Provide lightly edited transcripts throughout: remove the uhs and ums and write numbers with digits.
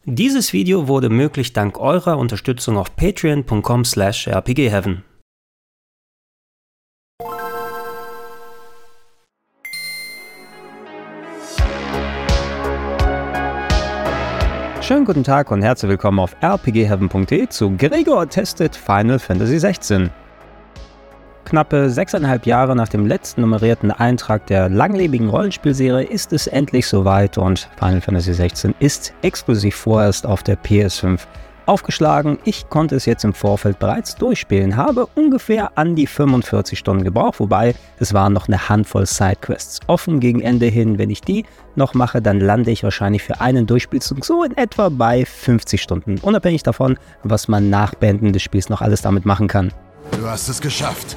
Dieses Video wurde möglich dank eurer Unterstützung auf patreon.com/rpgheaven. Schönen guten Tag und herzlich willkommen auf rpgheaven.de zu Gregor testet Final Fantasy 16. Knappe 6,5 Jahre nach dem letzten nummerierten Eintrag der langlebigen Rollenspielserie ist es endlich soweit und Final Fantasy 16 ist exklusiv vorerst auf der PS5 aufgeschlagen. Ich konnte es jetzt im Vorfeld bereits durchspielen, habe ungefähr an die 45 Stunden gebraucht, wobei es waren noch eine Handvoll Sidequests offen gegen Ende hin. Wenn ich die noch mache, dann lande ich wahrscheinlich für einen Durchspielzug so in etwa bei 50 Stunden, unabhängig davon, was man nach Beenden des Spiels noch alles damit machen kann. Du hast es geschafft.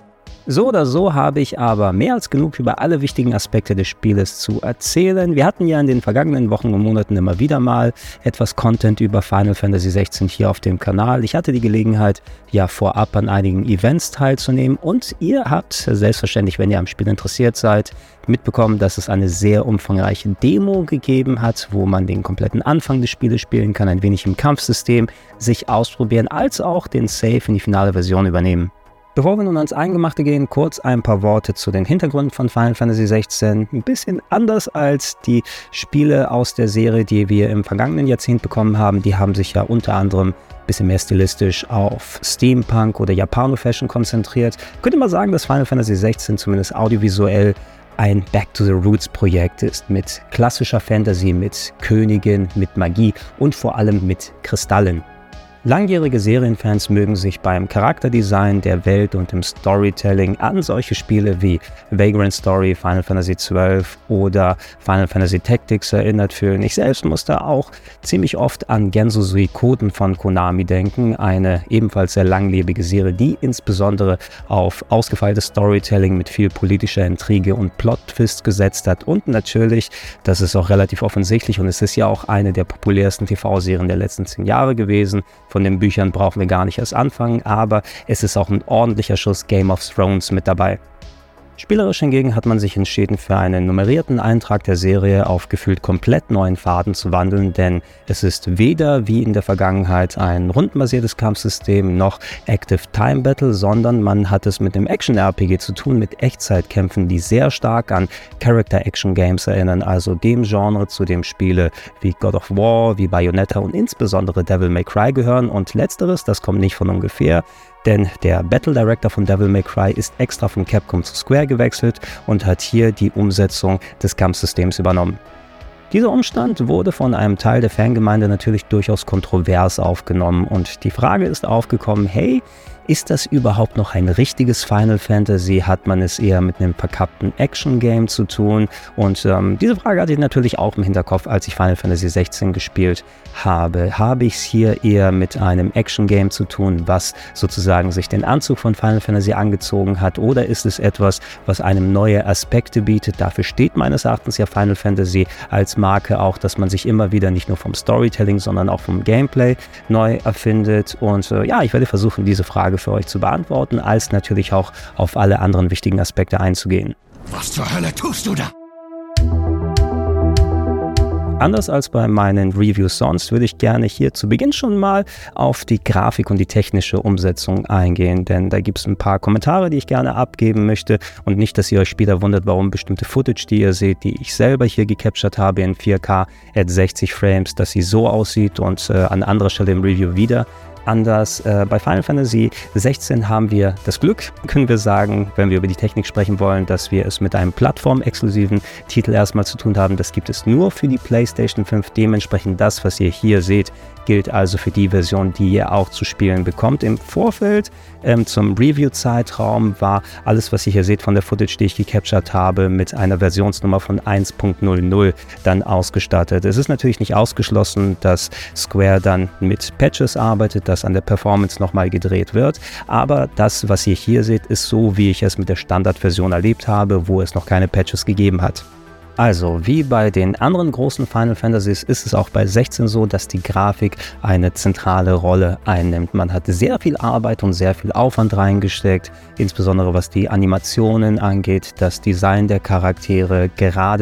So oder so habe ich aber mehr als genug über alle wichtigen Aspekte des Spieles zu erzählen. Wir hatten ja in den vergangenen Wochen und Monaten immer wieder mal etwas Content über Final Fantasy 16 hier auf dem Kanal. Ich hatte die Gelegenheit, ja vorab an einigen Events teilzunehmen und ihr habt selbstverständlich, wenn ihr am Spiel interessiert seid, mitbekommen, dass es eine sehr umfangreiche Demo gegeben hat, wo man den kompletten Anfang des Spieles spielen kann, ein wenig im Kampfsystem sich ausprobieren, als auch den Save in die finale Version übernehmen. Bevor wir nun ans Eingemachte gehen, kurz ein paar Worte zu den Hintergründen von Final Fantasy 16. Ein bisschen anders als die Spiele aus der Serie, die wir im vergangenen Jahrzehnt bekommen haben. Die haben sich ja unter anderem ein bisschen mehr stilistisch auf Steampunk oder Japano-Fashion konzentriert. Könnte man sagen, dass Final Fantasy 16 zumindest audiovisuell ein Back-to-the-Roots-Projekt ist, mit klassischer Fantasy, mit Königen, mit Magie und vor allem mit Kristallen. Langjährige Serienfans mögen sich beim Charakterdesign der Welt und im Storytelling an solche Spiele wie Vagrant Story, Final Fantasy XII oder Final Fantasy Tactics erinnert fühlen. Ich selbst musste auch ziemlich oft an Genso Suikoden von Konami denken, eine ebenfalls sehr langlebige Serie, die insbesondere auf ausgefeiltes Storytelling mit viel politischer Intrige und Plot-Twist gesetzt hat. Und natürlich, das ist auch relativ offensichtlich und es ist ja auch eine der populärsten TV-Serien der letzten 10 Jahre gewesen. Von den Büchern brauchen wir gar nicht erst anfangen, aber es ist auch ein ordentlicher Schuss Game of Thrones mit dabei. Spielerisch hingegen hat man sich entschieden, für einen nummerierten Eintrag der Serie auf gefühlt komplett neuen Pfaden zu wandeln, denn es ist weder wie in der Vergangenheit ein rundenbasiertes Kampfsystem noch Active Time Battle, sondern man hat es mit einem Action-RPG zu tun, mit Echtzeitkämpfen, die sehr stark an Character-Action-Games erinnern, also dem Genre, zu dem Spiele wie God of War, wie Bayonetta und insbesondere Devil May Cry gehören. Und letzteres, das kommt nicht von ungefähr, denn der Battle Director von Devil May Cry ist extra von Capcom zu Square gewechselt und hat hier die Umsetzung des Kampfsystems übernommen. Dieser Umstand wurde von einem Teil der Fangemeinde natürlich durchaus kontrovers aufgenommen und die Frage ist aufgekommen, hey, ist das überhaupt noch ein richtiges Final Fantasy? Hat man es eher mit einem verkappten Action-Game zu tun? Und diese Frage hatte ich natürlich auch im Hinterkopf, als ich Final Fantasy 16 gespielt habe. Habe ich es hier eher mit einem Action-Game zu tun, was sozusagen sich den Anzug von Final Fantasy angezogen hat? Oder ist es etwas, was einem neue Aspekte bietet? Dafür steht meines Erachtens ja Final Fantasy als Marke auch, dass man sich immer wieder nicht nur vom Storytelling, sondern auch vom Gameplay neu erfindet. Und ich werde versuchen, diese Frage für euch zu beantworten, als natürlich auch auf alle anderen wichtigen Aspekte einzugehen. Was zur Hölle tust du da? Anders als bei meinen Reviews sonst würde ich gerne hier zu Beginn schon mal auf die Grafik und die technische Umsetzung eingehen, denn da gibt es ein paar Kommentare, die ich gerne abgeben möchte und nicht, dass ihr euch später wundert, warum bestimmte Footage, die ihr seht, die ich selber hier gecaptured habe in 4K at 60 Frames, dass sie so aussieht und an anderer Stelle im Review wieder anders. Bei Final Fantasy 16 haben wir das Glück, können wir sagen, wenn wir über die Technik sprechen wollen, dass wir es mit einem plattformexklusiven Titel erstmal zu tun haben. Das gibt es nur für die PlayStation 5. Dementsprechend das, was ihr hier seht, gilt also für die Version, die ihr auch zu spielen bekommt. Im Vorfeld zum Review-Zeitraum war alles, was ihr hier seht von der Footage, die ich gecaptured habe, mit einer Versionsnummer von 1.00 dann ausgestattet. Es ist natürlich nicht ausgeschlossen, dass Square dann mit Patches arbeitet, dass an der Performance nochmal gedreht wird, aber das, was ihr hier seht, ist so, wie ich es mit der Standardversion erlebt habe, wo es noch keine Patches gegeben hat. Also, wie bei den anderen großen Final Fantasies ist es auch bei 16 so, dass die Grafik eine zentrale Rolle einnimmt. Man hat sehr viel Arbeit und sehr viel Aufwand reingesteckt, insbesondere was die Animationen angeht, das Design der Charaktere, gerade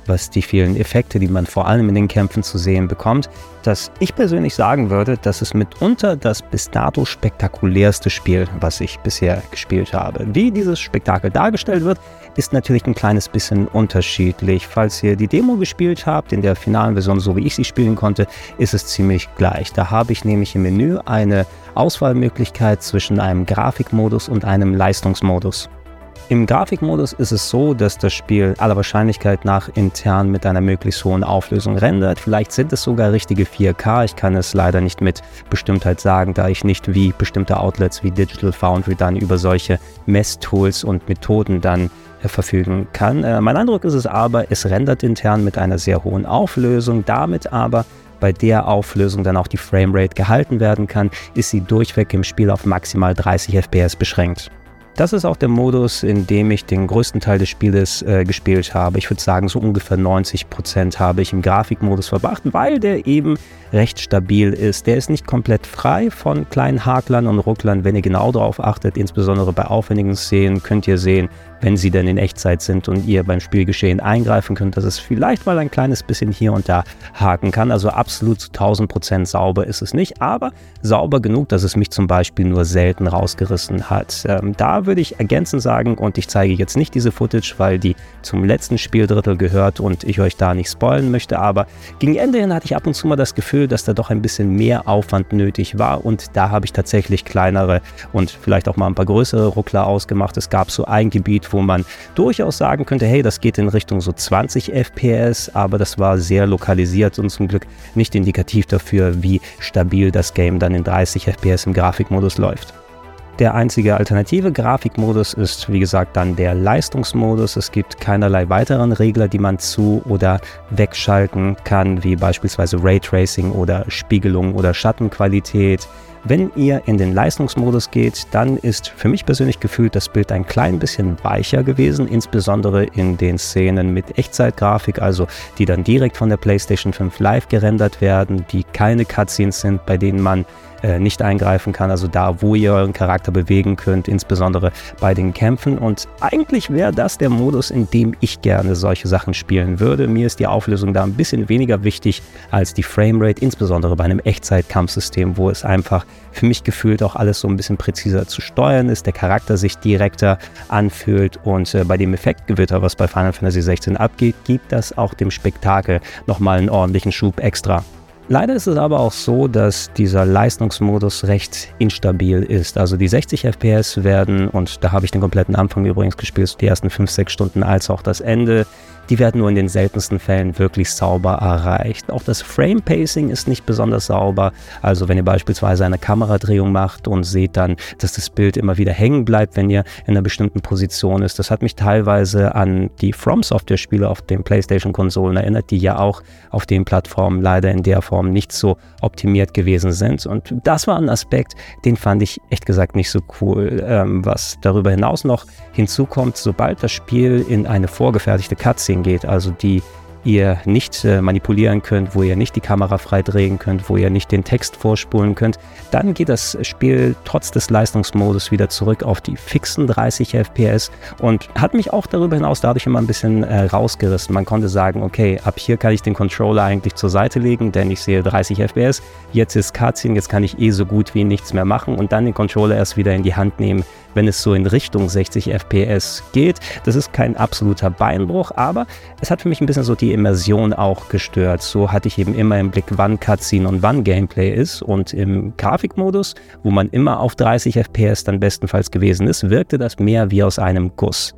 was die vielen Effekte, die man vor allem in den Kämpfen zu sehen bekommt, dass ich persönlich sagen würde, dass es mitunter das bis dato spektakulärste Spiel, was ich bisher gespielt habe. Wie dieses Spektakel dargestellt wird, ist natürlich ein kleines bisschen unterschiedlich. Falls ihr die Demo gespielt habt, in der finalen Version, so wie ich sie spielen konnte, ist es ziemlich gleich. Da habe ich nämlich im Menü eine Auswahlmöglichkeit zwischen einem Grafikmodus und einem Leistungsmodus. Im Grafikmodus ist es so, dass das Spiel aller Wahrscheinlichkeit nach intern mit einer möglichst hohen Auflösung rendert. Vielleicht sind es sogar richtige 4K. Ich kann es leider nicht mit Bestimmtheit sagen, da ich nicht wie bestimmte Outlets wie Digital Foundry dann über solche Messtools und Methoden dann verfügen kann. Mein Eindruck ist es aber, es rendert intern mit einer sehr hohen Auflösung, damit aber bei der Auflösung dann auch die Framerate gehalten werden kann, ist sie durchweg im Spiel auf maximal 30 FPS beschränkt. Das ist auch der Modus, in dem ich den größten Teil des Spieles gespielt habe. Ich würde sagen, so ungefähr 90% habe ich im Grafikmodus verbracht, weil der eben recht stabil ist. Der ist nicht komplett frei von kleinen Haklern und Rucklern. Wenn ihr genau darauf achtet, insbesondere bei aufwendigen Szenen, könnt ihr sehen, wenn sie denn in Echtzeit sind und ihr beim Spielgeschehen eingreifen könnt, dass es vielleicht mal ein kleines bisschen hier und da haken kann. Also absolut zu 1000% sauber ist es nicht, aber sauber genug, dass es mich zum Beispiel nur selten rausgerissen hat. Da würde ich ergänzend sagen, und ich zeige jetzt nicht diese Footage, weil die zum letzten Spieldrittel gehört und ich euch da nicht spoilen möchte, aber gegen Ende hin hatte ich ab und zu mal das Gefühl, dass da doch ein bisschen mehr Aufwand nötig war und da habe ich tatsächlich kleinere und vielleicht auch mal ein paar größere Ruckler ausgemacht. Es gab so ein Gebiet, wo man durchaus sagen könnte, hey, das geht in Richtung so 20 FPS, aber das war sehr lokalisiert und zum Glück nicht indikativ dafür, wie stabil das Game dann in 30 FPS im Grafikmodus läuft. Der einzige alternative Grafikmodus ist, wie gesagt, dann der Leistungsmodus. Es gibt keinerlei weiteren Regler, die man zu- oder wegschalten kann, wie beispielsweise Raytracing oder Spiegelung oder Schattenqualität. Wenn ihr in den Leistungsmodus geht, dann ist für mich persönlich gefühlt das Bild ein klein bisschen weicher gewesen, insbesondere in den Szenen mit Echtzeitgrafik, also die dann direkt von der PlayStation 5 live gerendert werden, die keine Cutscenes sind, bei denen man nicht eingreifen kann, also da, wo ihr euren Charakter bewegen könnt, insbesondere bei den Kämpfen. Und eigentlich wäre das der Modus, in dem ich gerne solche Sachen spielen würde. Mir ist die Auflösung da ein bisschen weniger wichtig als die Framerate, insbesondere bei einem Echtzeitkampfsystem, wo es einfach für mich gefühlt auch alles so ein bisschen präziser zu steuern ist, der Charakter sich direkter anfühlt und bei dem Effektgewitter, was bei Final Fantasy 16 abgeht, gibt das auch dem Spektakel nochmal einen ordentlichen Schub extra. Leider ist es aber auch so, dass dieser Leistungsmodus recht instabil ist. Also die 60 FPS werden, und da habe ich den kompletten Anfang übrigens gespielt, die ersten 5-6 Stunden als auch das Ende, die werden nur in den seltensten Fällen wirklich sauber erreicht. Auch das Frame-Pacing ist nicht besonders sauber. Also wenn ihr beispielsweise eine Kameradrehung macht und seht dann, dass das Bild immer wieder hängen bleibt, wenn ihr in einer bestimmten Position ist. Das hat mich teilweise an die From-Software-Spiele auf den PlayStation-Konsolen erinnert, die ja auch auf den Plattformen leider in der Form nicht so optimiert gewesen sind. Und das war ein Aspekt, den fand ich echt gesagt nicht so cool. Was darüber hinaus noch hinzukommt, sobald das Spiel in eine vorgefertigte Cutscene geht, also die ihr nicht manipulieren könnt, wo ihr nicht die Kamera frei drehen könnt, wo ihr nicht den Text vorspulen könnt, dann geht das Spiel trotz des Leistungsmodus wieder zurück auf die fixen 30 FPS und hat mich auch darüber hinaus dadurch immer ein bisschen rausgerissen. Man konnte sagen, okay, ab hier kann ich den Controller eigentlich zur Seite legen, denn ich sehe 30 FPS, jetzt ist Cutscene, jetzt kann ich so gut wie nichts mehr machen und dann den Controller erst wieder in die Hand nehmen, wenn es so in Richtung 60 FPS geht. Das ist kein absoluter Beinbruch, aber es hat für mich ein bisschen so die Immersion auch gestört. So hatte ich eben immer im Blick, wann Cutscene und wann Gameplay ist. Und im Grafikmodus, wo man immer auf 30 FPS dann bestenfalls gewesen ist, wirkte das mehr wie aus einem Guss.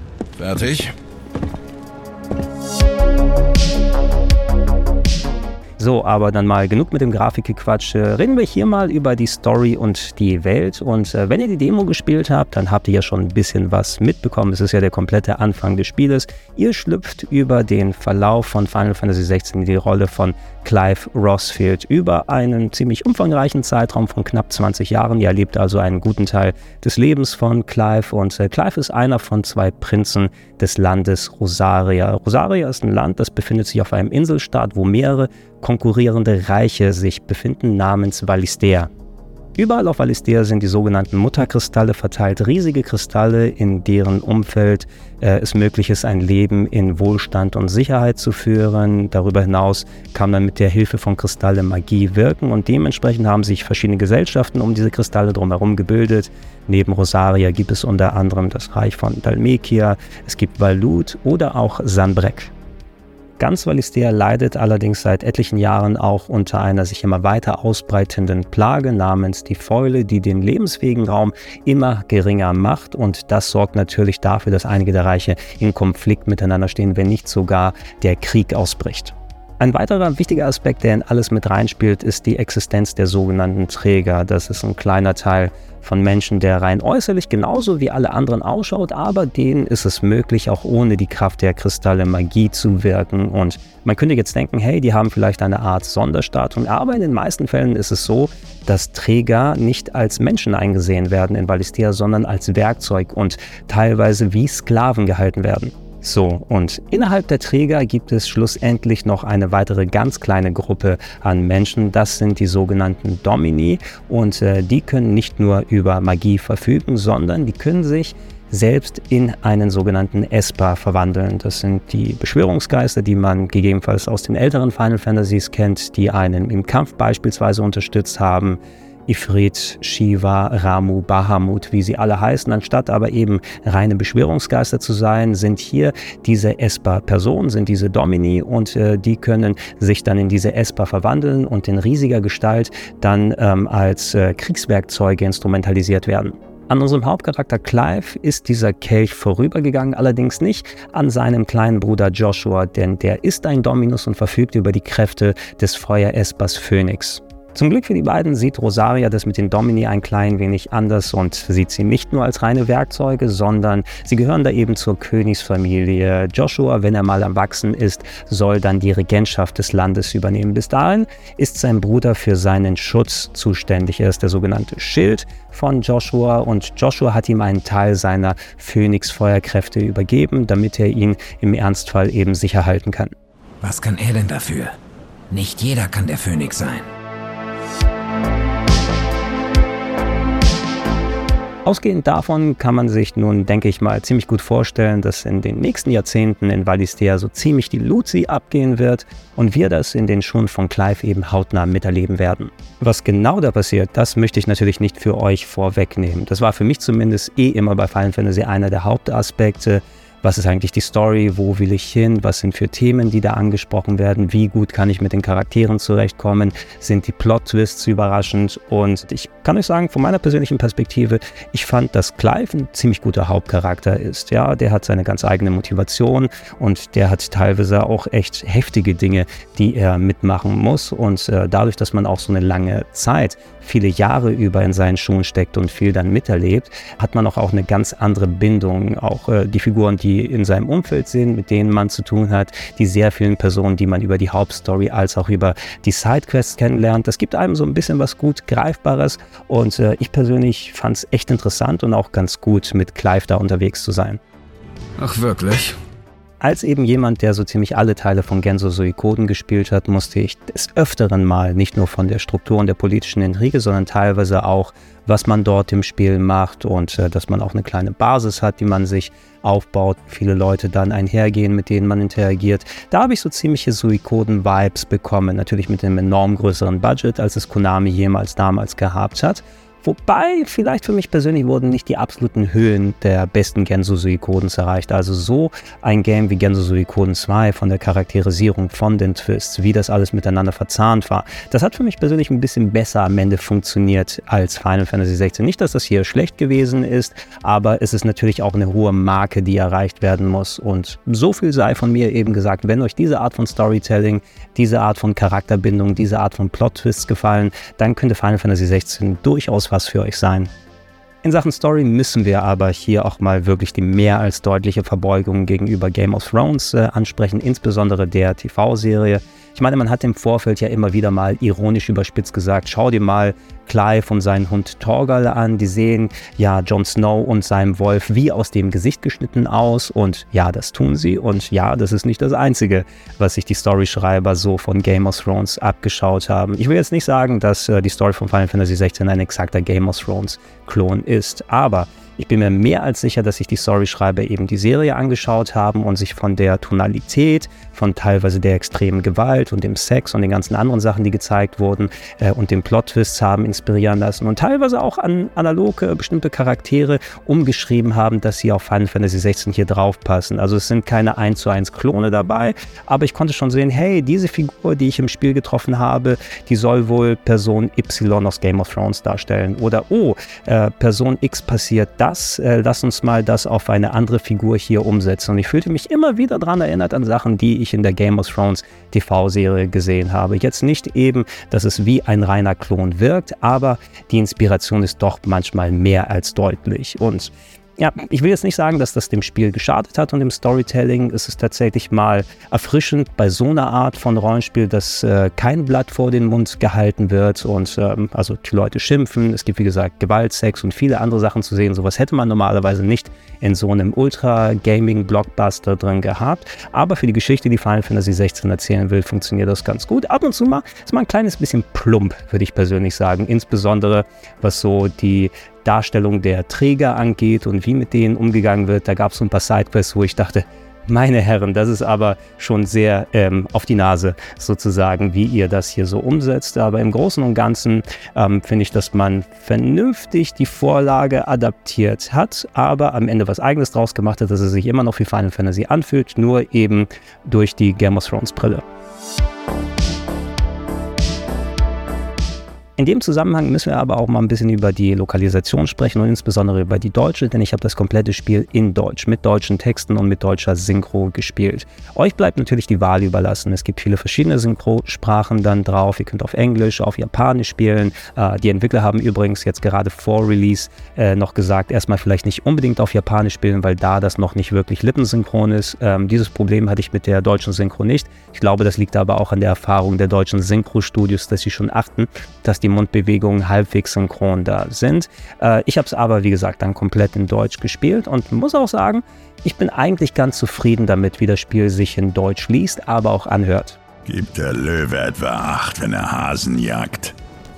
Fertig? So, aber dann mal genug mit dem Grafikgequatsch. Reden wir hier mal über die Story und die Welt. Und wenn ihr die Demo gespielt habt, dann habt ihr ja schon ein bisschen was mitbekommen. Es ist ja der komplette Anfang des Spieles. Ihr schlüpft über den Verlauf von Final Fantasy 16 in die Rolle von Clive Rosfield über einen ziemlich umfangreichen Zeitraum von knapp 20 Jahren. Ihr erlebt also einen guten Teil des Lebens von Clive und Clive ist einer von 2 Prinzen des Landes Rosaria. Rosaria ist ein Land, das befindet sich auf einem Inselstaat, wo mehrere konkurrierende Reiche sich befinden, namens Valisthea. Überall auf Valisthea sind die sogenannten Mutterkristalle verteilt, riesige Kristalle, in deren Umfeld es möglich ist, ein Leben in Wohlstand und Sicherheit zu führen. Darüber hinaus kann man mit der Hilfe von Kristallen Magie wirken und dementsprechend haben sich verschiedene Gesellschaften um diese Kristalle drumherum gebildet. Neben Rosaria gibt es unter anderem das Reich von Dhalmekia, es gibt Valut oder auch Sanbreque. Ganz Valisthea leidet allerdings seit etlichen Jahren auch unter einer sich immer weiter ausbreitenden Plage namens die Fäule, die den lebensfähigen Raum immer geringer macht, und das sorgt natürlich dafür, dass einige der Reiche in Konflikt miteinander stehen, wenn nicht sogar der Krieg ausbricht. Ein weiterer wichtiger Aspekt, der in alles mit reinspielt, ist die Existenz der sogenannten Träger. Das ist ein kleiner Teil von Menschen, der rein äußerlich genauso wie alle anderen ausschaut, aber denen ist es möglich, auch ohne die Kraft der Kristalle Magie zu wirken. Und man könnte jetzt denken, hey, die haben vielleicht eine Art Sonderstatus, aber in den meisten Fällen ist es so, dass Träger nicht als Menschen eingesehen werden in Valisthea, sondern als Werkzeug und teilweise wie Sklaven gehalten werden. So, und innerhalb der Träger gibt es schlussendlich noch eine weitere ganz kleine Gruppe an Menschen. Das sind die sogenannten Domini, und die können nicht nur über Magie verfügen, sondern die können sich selbst in einen sogenannten Esper verwandeln. Das sind die Beschwörungsgeister, die man gegebenenfalls aus den älteren Final Fantasies kennt, die einen im Kampf beispielsweise unterstützt haben. Ifrit, Shiva, Ramu, Bahamut, wie sie alle heißen, anstatt aber eben reine Beschwörungsgeister zu sein, sind hier diese Esper-Personen, sind diese Domini, und die können sich dann in diese Esper verwandeln und in riesiger Gestalt dann als Kriegswerkzeuge instrumentalisiert werden. An unserem Hauptcharakter Clive ist dieser Kelch vorübergegangen, allerdings nicht an seinem kleinen Bruder Joshua, denn der ist ein Dominus und verfügt über die Kräfte des Feuer-Espers Phönix. Zum Glück für die beiden sieht Rosaria das mit den Domini ein klein wenig anders und sieht sie nicht nur als reine Werkzeuge, sondern sie gehören da eben zur Königsfamilie. Joshua, wenn er mal erwachsen ist, soll dann die Regentschaft des Landes übernehmen. Bis dahin ist sein Bruder für seinen Schutz zuständig. Er ist der sogenannte Schild von Joshua, und Joshua hat ihm einen Teil seiner Phönix-Feuerkräfte übergeben, damit er ihn im Ernstfall eben sicher halten kann. Was kann er denn dafür? Nicht jeder kann der Phönix sein. Ausgehend davon kann man sich nun, denke ich mal, ziemlich gut vorstellen, dass in den nächsten Jahrzehnten in Valisthea so ziemlich die Luzi abgehen wird und wir das in den Schuhen von Clive eben hautnah miterleben werden. Was genau da passiert, das möchte ich natürlich nicht für euch vorwegnehmen. Das war für mich zumindest immer bei Final Fantasy einer der Hauptaspekte. Was ist eigentlich die Story? Wo will ich hin? Was sind für Themen, die da angesprochen werden? Wie gut kann ich mit den Charakteren zurechtkommen? Sind die Plot-Twists überraschend? Und ich kann euch sagen, von meiner persönlichen Perspektive, ich fand, dass Clive ein ziemlich guter Hauptcharakter ist. Ja, der hat seine ganz eigene Motivation und der hat teilweise auch echt heftige Dinge, die er mitmachen muss. Und dadurch, dass man auch so eine lange Zeit, viele Jahre über in seinen Schuhen steckt und viel dann miterlebt, hat man auch eine ganz andere Bindung. Auch die Figuren, die in seinem Umfeld sind, mit denen man zu tun hat, die sehr vielen Personen, die man über die Hauptstory als auch über die Sidequests kennenlernt. Das gibt einem so ein bisschen was gut Greifbares, und ich persönlich fand es echt interessant und auch ganz gut, mit Clive da unterwegs zu sein. Ach wirklich? Als eben jemand, der so ziemlich alle Teile von Genso Suikoden gespielt hat, musste ich des Öfteren mal nicht nur von der Struktur und der politischen Intrige, sondern teilweise auch, was man dort im Spiel macht, und dass man auch eine kleine Basis hat, die man sich aufbaut, viele Leute dann einhergehen, mit denen man interagiert. Da habe ich so ziemliche Suikoden-Vibes bekommen, natürlich mit einem enorm größeren Budget, als es Konami jemals damals gehabt hat. Wobei, vielleicht für mich persönlich wurden nicht die absoluten Höhen der besten Genso Suikodens erreicht. Also so ein Game wie Genso Suikoden 2 von der Charakterisierung, von den Twists, wie das alles miteinander verzahnt war. Das hat für mich persönlich ein bisschen besser am Ende funktioniert als Final Fantasy 16. Nicht, dass das hier schlecht gewesen ist, aber es ist natürlich auch eine hohe Marke, die erreicht werden muss. Und so viel sei von mir eben gesagt, wenn euch diese Art von Storytelling, diese Art von Charakterbindung, diese Art von Plot-Twists gefallen, dann könnte Final Fantasy 16 durchaus was für euch sein. In Sachen Story müssen wir aber hier auch mal wirklich die mehr als deutliche Verbeugung gegenüber Game of Thrones ansprechen, insbesondere der TV-Serie. Ich meine, man hat im Vorfeld ja immer wieder mal ironisch überspitzt gesagt, schau dir mal Clive und seinen Hund Torgal an. Die sehen ja Jon Snow und seinem Wolf wie aus dem Gesicht geschnitten aus und ja, das tun sie und ja, das ist nicht das Einzige, was sich die Storyschreiber so von Game of Thrones abgeschaut haben. Ich will jetzt nicht sagen, dass die Story von Final Fantasy 16 ein exakter Game of Thrones Klon ist, aber ich bin mir mehr als sicher, dass sich die Storyschreiber eben die Serie angeschaut haben und sich von der Tonalität, von teilweise der extremen Gewalt und dem Sex und den ganzen anderen Sachen, die gezeigt wurden und den Plot-Twists haben inspirieren lassen und teilweise auch an analoge bestimmte Charaktere umgeschrieben haben, dass sie auf Final Fantasy 16 hier drauf passen. Also es sind keine 1:1 Klone dabei, aber ich konnte schon sehen, hey, diese Figur, die ich im Spiel getroffen habe, die soll wohl Person Y aus Game of Thrones darstellen. Oder, Person X passiert das, lass uns mal das auf eine andere Figur hier umsetzen. Und ich fühlte mich immer wieder daran erinnert an Sachen, die ich in der Game of Thrones TV-Serie gesehen habe. Jetzt nicht eben, dass es wie ein reiner Klon wirkt, aber die Inspiration ist doch manchmal mehr als deutlich. Und ja, ich will jetzt nicht sagen, dass das dem Spiel geschadet hat und dem Storytelling. Es ist tatsächlich mal erfrischend bei so einer Art von Rollenspiel, dass kein Blatt vor den Mund gehalten wird und also die Leute schimpfen. Es gibt, wie gesagt, Gewalt, Sex und viele andere Sachen zu sehen. Sowas hätte man normalerweise nicht in so einem Ultra-Gaming-Blockbuster drin gehabt. Aber für die Geschichte, die Final Fantasy 16 erzählen will, funktioniert das ganz gut. Ab und zu mal ist man ein kleines bisschen plump, würde ich persönlich sagen. Insbesondere was so die Darstellung der Träger angeht und wie mit denen umgegangen wird. Da gab es so ein paar Sidequests, wo ich dachte, meine Herren, das ist aber schon sehr auf die Nase sozusagen, wie ihr das hier so umsetzt. Aber im Großen und Ganzen finde ich, dass man vernünftig die Vorlage adaptiert hat, aber am Ende was Eigenes draus gemacht hat, dass es sich immer noch wie Final Fantasy anfühlt, nur eben durch die Game of Thrones Brille. In dem Zusammenhang müssen wir aber auch mal ein bisschen über die Lokalisation sprechen und insbesondere über die deutsche, denn ich habe das komplette Spiel in Deutsch, mit deutschen Texten und mit deutscher Synchro gespielt. Euch bleibt natürlich die Wahl überlassen. Es gibt viele verschiedene Synchrosprachen dann drauf. Ihr könnt auf Englisch, auf Japanisch spielen. Die Entwickler haben übrigens jetzt gerade vor Release noch gesagt, erstmal vielleicht nicht unbedingt auf Japanisch spielen, weil da das noch nicht wirklich lippensynchron ist. Dieses Problem hatte ich mit der deutschen Synchro nicht. Ich glaube, das liegt aber auch an der Erfahrung der deutschen Synchro-Studios, dass sie schon achten, dass die Mundbewegungen halbwegs synchron da sind. Ich habe es aber, wie gesagt, dann komplett in Deutsch gespielt und muss auch sagen, ich bin eigentlich ganz zufrieden damit, wie das Spiel sich in Deutsch liest, aber auch anhört. Gibt der Löwe etwa Acht, wenn er Hasen jagt?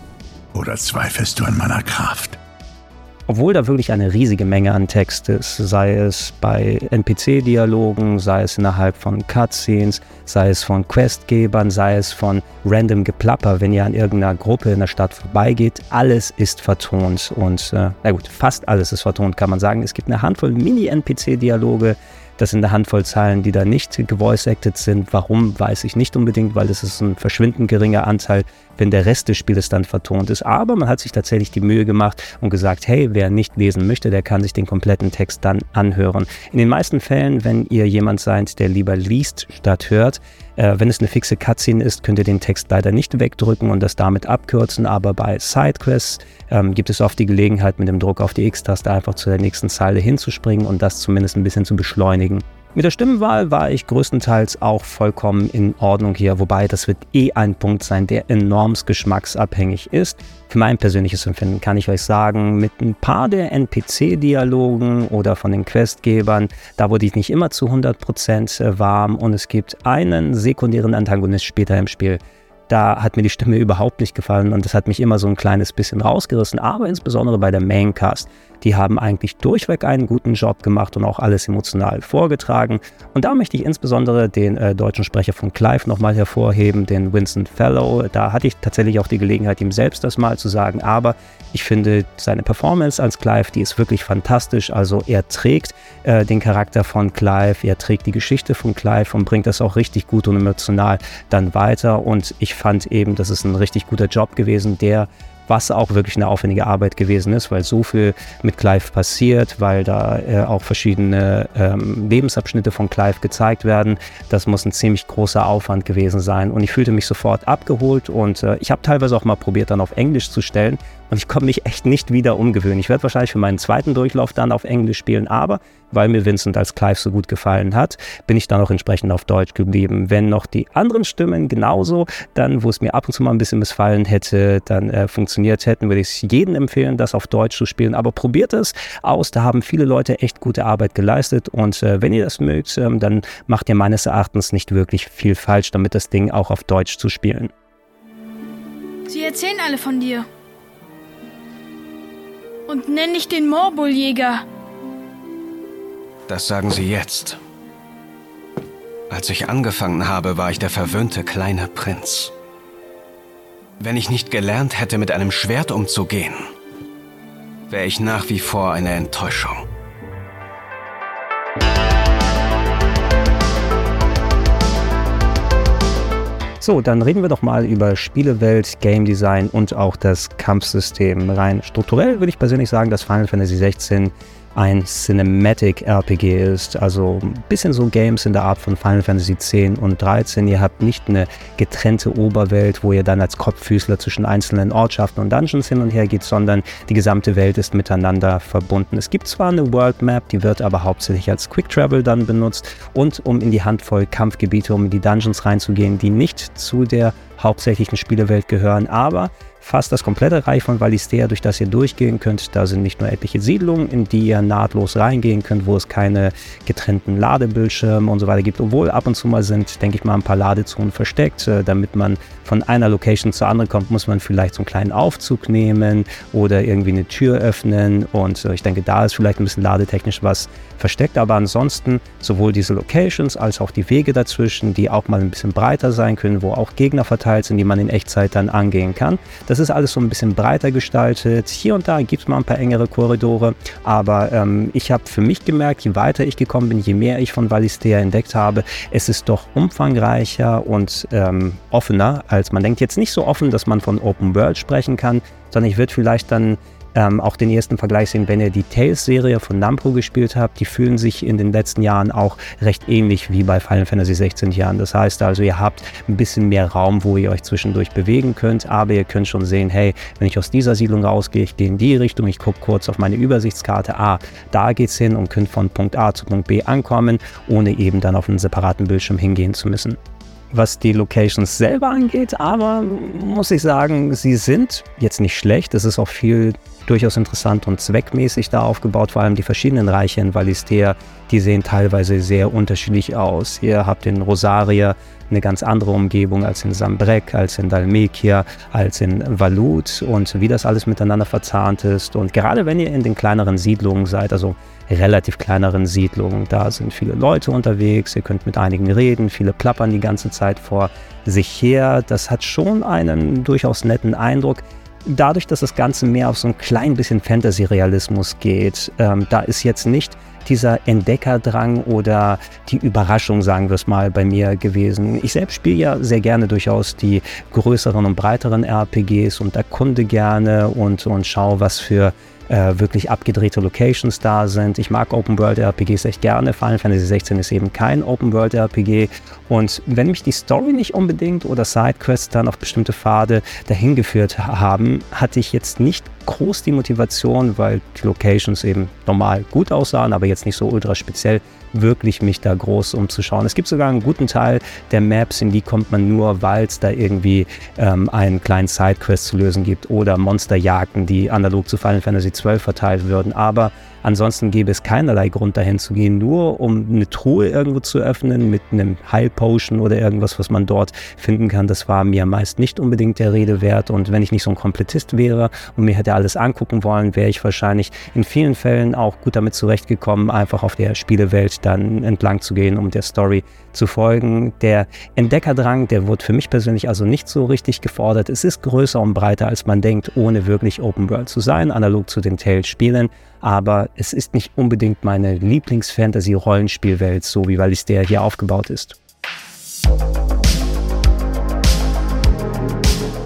Oder zweifelst du an meiner Kraft? Obwohl da wirklich eine riesige Menge an Text ist, sei es bei NPC-Dialogen, sei es innerhalb von Cutscenes, sei es von Questgebern, sei es von random Geplapper, wenn ihr an irgendeiner Gruppe in der Stadt vorbeigeht, alles ist vertont und na gut, fast alles ist vertont, kann man sagen. Es gibt eine Handvoll Mini-NPC-Dialoge, das sind eine Handvoll Zeilen, die da nicht gevoice-acted sind. Warum, weiß ich nicht unbedingt, weil das ist ein verschwindend geringer Anteil, wenn der Rest des Spieles dann vertont ist. Aber man hat sich tatsächlich die Mühe gemacht und gesagt, hey, wer nicht lesen möchte, der kann sich den kompletten Text dann anhören. In den meisten Fällen, wenn ihr jemand seid, der lieber liest statt hört, wenn es eine fixe Cutscene ist, könnt ihr den Text leider nicht wegdrücken und das damit abkürzen, aber bei Sidequests gibt es oft die Gelegenheit, mit dem Druck auf die X-Taste einfach zu der nächsten Zeile hinzuspringen und das zumindest ein bisschen zu beschleunigen. Mit der Stimmenwahl war ich größtenteils auch vollkommen in Ordnung hier, wobei das wird ein Punkt sein, der enorm geschmacksabhängig ist. Für mein persönliches Empfinden kann ich euch sagen, mit ein paar der NPC-Dialogen oder von den Questgebern, da wurde ich nicht immer zu 100% warm und es gibt einen sekundären Antagonist später im Spiel. Da hat mir die Stimme überhaupt nicht gefallen und das hat mich immer so ein kleines bisschen rausgerissen, aber insbesondere bei der Maincast. Die haben eigentlich durchweg einen guten Job gemacht und auch alles emotional vorgetragen. Und da möchte ich insbesondere den deutschen Sprecher von Clive nochmal hervorheben, den Vincent Fellow. Da hatte ich tatsächlich auch die Gelegenheit, ihm selbst das mal zu sagen, aber ich finde seine Performance als Clive, die ist wirklich fantastisch. Also er trägt den Charakter von Clive, er trägt die Geschichte von Clive und bringt das auch richtig gut und emotional dann weiter. Und ich fand eben, das ist ein richtig guter Job gewesen, was auch wirklich eine aufwendige Arbeit gewesen ist, weil so viel mit Clive passiert, weil da auch verschiedene Lebensabschnitte von Clive gezeigt werden. Das muss ein ziemlich großer Aufwand gewesen sein und ich fühlte mich sofort abgeholt und ich habe teilweise auch mal probiert, dann auf Englisch zu stellen und ich konnte mich echt nicht wieder umgewöhnen. Ich werde wahrscheinlich für meinen zweiten Durchlauf dann auf Englisch spielen, aber weil mir Vincent als Clive so gut gefallen hat, bin ich dann auch entsprechend auf Deutsch geblieben. Wenn noch die anderen Stimmen genauso, dann, wo es mir ab und zu mal ein bisschen missfallen hätte, dann funktioniert hätten, würde ich es jedem empfehlen, das auf Deutsch zu spielen. Aber probiert es aus, da haben viele Leute echt gute Arbeit geleistet und wenn ihr das mögt, dann macht ihr meines Erachtens nicht wirklich viel falsch, damit das Ding auch auf Deutsch zu spielen. Sie erzählen alle von dir. Und nenn dich den Morbull-Jäger. Das sagen Sie jetzt. Als ich angefangen habe, war ich der verwöhnte kleine Prinz. Wenn ich nicht gelernt hätte, mit einem Schwert umzugehen, wäre ich nach wie vor eine Enttäuschung. So, dann reden wir doch mal über Spielewelt, Game Design und auch das Kampfsystem. Rein strukturell würde ich persönlich sagen, dass Final Fantasy 16 ein Cinematic RPG ist, also ein bisschen so Games in der Art von Final Fantasy 10 und 13. Ihr habt nicht eine getrennte Oberwelt, wo ihr dann als Kopffüßler zwischen einzelnen Ortschaften und Dungeons hin und her geht, sondern die gesamte Welt ist miteinander verbunden. Es gibt zwar eine World Map, die wird aber hauptsächlich als Quick Travel dann benutzt und um in die Handvoll Kampfgebiete, um in die Dungeons reinzugehen, die nicht zu der hauptsächlichen Spielewelt gehören, aber fast das komplette Reich von Valisthea, durch das ihr durchgehen könnt. Da sind nicht nur etliche Siedlungen, in die ihr nahtlos reingehen könnt, wo es keine getrennten Ladebildschirme und so weiter gibt, obwohl ab und zu mal sind, denke ich mal, ein paar Ladezonen versteckt. Damit man von einer Location zur anderen kommt, muss man vielleicht so einen kleinen Aufzug nehmen oder irgendwie eine Tür öffnen und ich denke, da ist vielleicht ein bisschen ladetechnisch was versteckt, aber ansonsten sowohl diese Locations als auch die Wege dazwischen, die auch mal ein bisschen breiter sein können, wo auch Gegner verteilt sind, die man in Echtzeit dann angehen kann. Das ist alles so ein bisschen breiter gestaltet. Hier und da gibt es mal ein paar engere Korridore, aber ich habe für mich gemerkt, je weiter ich gekommen bin, je mehr ich von Valisthea entdeckt habe, es ist doch umfangreicher und offener, als man denkt. Jetzt nicht so offen, dass man von Open World sprechen kann, sondern ich würde vielleicht dann auch den ersten Vergleich sehen, wenn ihr die Tales-Serie von Namco gespielt habt. Die fühlen sich in den letzten Jahren auch recht ähnlich wie bei Final Fantasy 16 Jahren. Das heißt also, ihr habt ein bisschen mehr Raum, wo ihr euch zwischendurch bewegen könnt, aber ihr könnt schon sehen, hey, wenn ich aus dieser Siedlung rausgehe, ich gehe in die Richtung, ich gucke kurz auf meine Übersichtskarte, da geht's hin und könnt von Punkt A zu Punkt B ankommen, ohne eben dann auf einen separaten Bildschirm hingehen zu müssen. Was die Locations selber angeht, aber muss ich sagen, sie sind jetzt nicht schlecht. Es ist auch viel durchaus interessant und zweckmäßig da aufgebaut. Vor allem die verschiedenen Reiche in Valisthea, die sehen teilweise sehr unterschiedlich aus. Ihr habt in Rosaria eine ganz andere Umgebung als in Sanbreque, als in Dhalmekia, als in Valut und wie das alles miteinander verzahnt ist. Und gerade wenn ihr in den kleineren Siedlungen seid, also relativ kleineren Siedlungen, da sind viele Leute unterwegs, ihr könnt mit einigen reden, viele plappern die ganze Zeit vor sich her. Das hat schon einen durchaus netten Eindruck. Dadurch, dass das Ganze mehr auf so ein klein bisschen Fantasy-Realismus geht, da ist jetzt nicht dieser Entdeckerdrang oder die Überraschung, sagen wir es mal, bei mir gewesen. Ich selbst spiele ja sehr gerne durchaus die größeren und breiteren RPGs und erkunde gerne und schaue, was für wirklich abgedrehte Locations da sind. Ich mag Open-World-RPGs echt gerne. Final Fantasy 16 ist eben kein Open-World-RPG. Und wenn mich die Story nicht unbedingt oder Sidequests dann auf bestimmte Pfade dahin geführt haben, hatte ich jetzt nicht groß die Motivation, weil die Locations eben normal gut aussahen, aber jetzt nicht so ultra speziell, wirklich mich da groß umzuschauen. Es gibt sogar einen guten Teil der Maps, in die kommt man nur, weil es da irgendwie einen kleinen Sidequest zu lösen gibt oder Monsterjagden, die analog zu Final Fantasy 12 verteilt würden. Aber ansonsten gäbe es keinerlei Grund, dahin zu gehen, nur um eine Truhe irgendwo zu öffnen mit einem Heilpotion oder irgendwas, was man dort finden kann. Das war mir meist nicht unbedingt der Rede wert. Und wenn ich nicht so ein Komplettist wäre und mir hätte alles angucken wollen, wäre ich wahrscheinlich in vielen Fällen auch gut damit zurechtgekommen, einfach auf der Spielewelt dann entlang zu gehen, um der Story zu folgen. Der Entdeckerdrang, der wird für mich persönlich also nicht so richtig gefordert. Es ist größer und breiter, als man denkt, ohne wirklich Open World zu sein, analog zu den Tales-Spielen. Aber es ist nicht unbedingt meine Lieblings-Fantasy-Rollenspielwelt, so wie Valisthea hier aufgebaut ist.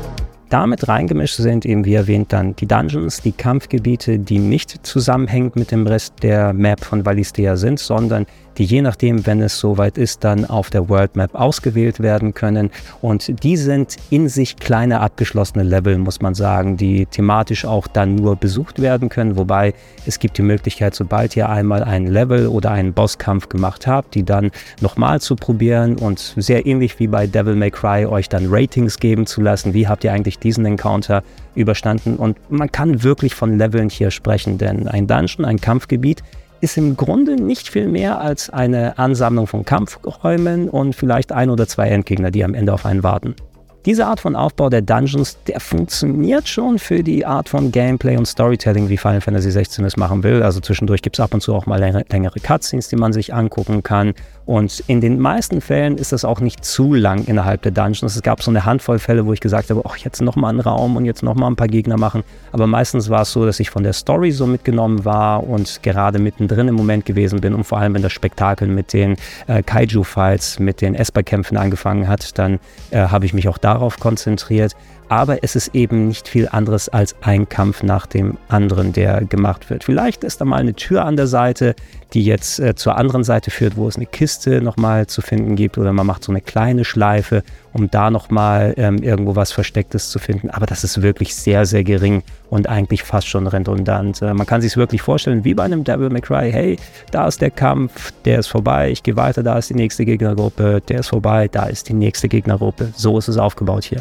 Damit reingemischt sind eben, wie erwähnt, dann die Dungeons, die Kampfgebiete, die nicht zusammenhängend mit dem Rest der Map von Valisthea sind, sondern die je nachdem, wenn es soweit ist, dann auf der World Map ausgewählt werden können. Und die sind in sich kleine abgeschlossene Level, muss man sagen, die thematisch auch dann nur besucht werden können. Wobei es gibt die Möglichkeit, sobald ihr einmal ein Level oder einen Bosskampf gemacht habt, die dann nochmal zu probieren und sehr ähnlich wie bei Devil May Cry euch dann Ratings geben zu lassen. Wie habt ihr eigentlich diesen Encounter überstanden? Und man kann wirklich von Leveln hier sprechen, denn ein Dungeon, ein Kampfgebiet, ist im Grunde nicht viel mehr als eine Ansammlung von Kampfräumen und vielleicht 1 oder 2 Endgegner, die am Ende auf einen warten. Diese Art von Aufbau der Dungeons, der funktioniert schon für die Art von Gameplay und Storytelling, wie Final Fantasy 16 es machen will. Also zwischendurch gibt es ab und zu auch mal längere Cutscenes, die man sich angucken kann. Und in den meisten Fällen ist das auch nicht zu lang innerhalb der Dungeons. Es gab so eine Handvoll Fälle, wo ich gesagt habe, jetzt nochmal einen Raum und jetzt nochmal ein paar Gegner machen. Aber meistens war es so, dass ich von der Story so mitgenommen war und gerade mittendrin im Moment gewesen bin. Und vor allem, wenn das Spektakel mit den Kaiju-Fights, mit den Esper-Kämpfen angefangen hat, dann habe ich mich auch darauf konzentriert. Aber es ist eben nicht viel anderes als ein Kampf nach dem anderen, der gemacht wird. Vielleicht ist da mal eine Tür an der Seite, die jetzt zur anderen Seite führt, wo es eine Kiste nochmal zu finden gibt, oder man macht so eine kleine Schleife, um da nochmal irgendwo was Verstecktes zu finden. Aber das ist wirklich sehr, sehr gering und eigentlich fast schon redundant. Man kann sich es wirklich vorstellen, wie bei einem Devil May Cry. Hey, da ist der Kampf, der ist vorbei, ich gehe weiter, da ist die nächste Gegnergruppe, der ist vorbei, da ist die nächste Gegnergruppe. So ist es aufgebaut hier.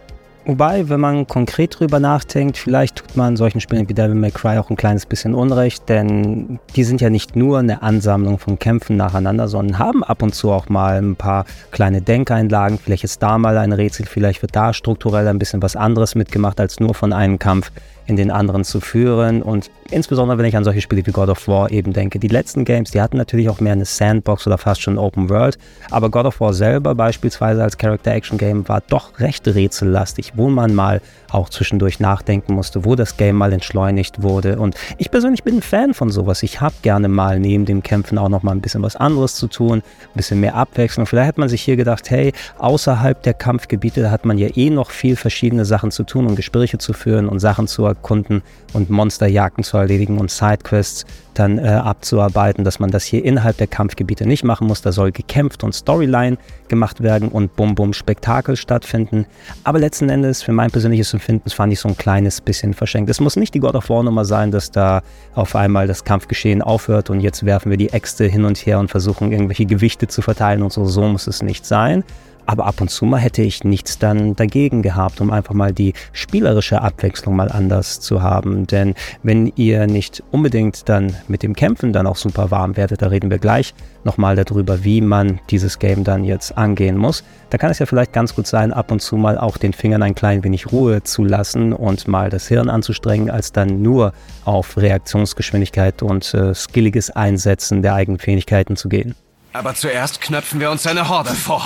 Wobei, wenn man konkret drüber nachdenkt, vielleicht tut man solchen Spielen wie Devil May Cry auch ein kleines bisschen Unrecht, denn die sind ja nicht nur eine Ansammlung von Kämpfen nacheinander, sondern haben ab und zu auch mal ein paar kleine Denkeinlagen. Vielleicht ist da mal ein Rätsel, vielleicht wird da strukturell ein bisschen was anderes mitgemacht, als nur von einem Kampf in den anderen zu führen. Und insbesondere, wenn ich an solche Spiele wie God of War eben denke. Die letzten Games, die hatten natürlich auch mehr eine Sandbox oder fast schon Open World, aber God of War selber beispielsweise als Character-Action-Game war doch recht rätsellastig, wo man mal auch zwischendurch nachdenken musste, wo das Game mal entschleunigt wurde. Und ich persönlich bin ein Fan von sowas. Ich habe gerne mal neben dem Kämpfen auch noch mal ein bisschen was anderes zu tun, ein bisschen mehr Abwechslung. Vielleicht hat man sich hier gedacht, hey, außerhalb der Kampfgebiete, da hat man ja eh noch viel verschiedene Sachen zu tun und Gespräche zu führen und Sachen zu erkunden und Monsterjagden zu erledigen und Sidequests dann abzuarbeiten, dass man das hier innerhalb der Kampfgebiete nicht machen muss. Da soll gekämpft und Storyline gemacht werden und Spektakel stattfinden. Aber letzten Endes, für mein persönliches Empfinden, fand ich so ein kleines bisschen verschenkt. Es muss nicht die God of War Nummer sein, dass da auf einmal das Kampfgeschehen aufhört und jetzt werfen wir die Äxte hin und her und versuchen irgendwelche Gewichte zu verteilen und so. So muss es nicht sein. Aber ab und zu mal hätte ich nichts dann dagegen gehabt, um einfach mal die spielerische Abwechslung mal anders zu haben. Denn wenn ihr nicht unbedingt dann mit dem Kämpfen dann auch super warm werdet, da reden wir gleich nochmal darüber, wie man dieses Game dann jetzt angehen muss. Da kann es ja vielleicht ganz gut sein, ab und zu mal auch den Fingern ein klein wenig Ruhe zu lassen und mal das Hirn anzustrengen, als dann nur auf Reaktionsgeschwindigkeit und skilliges Einsetzen der eigenen Fähigkeiten zu gehen. Aber zuerst knöpfen wir uns eine Horde vor.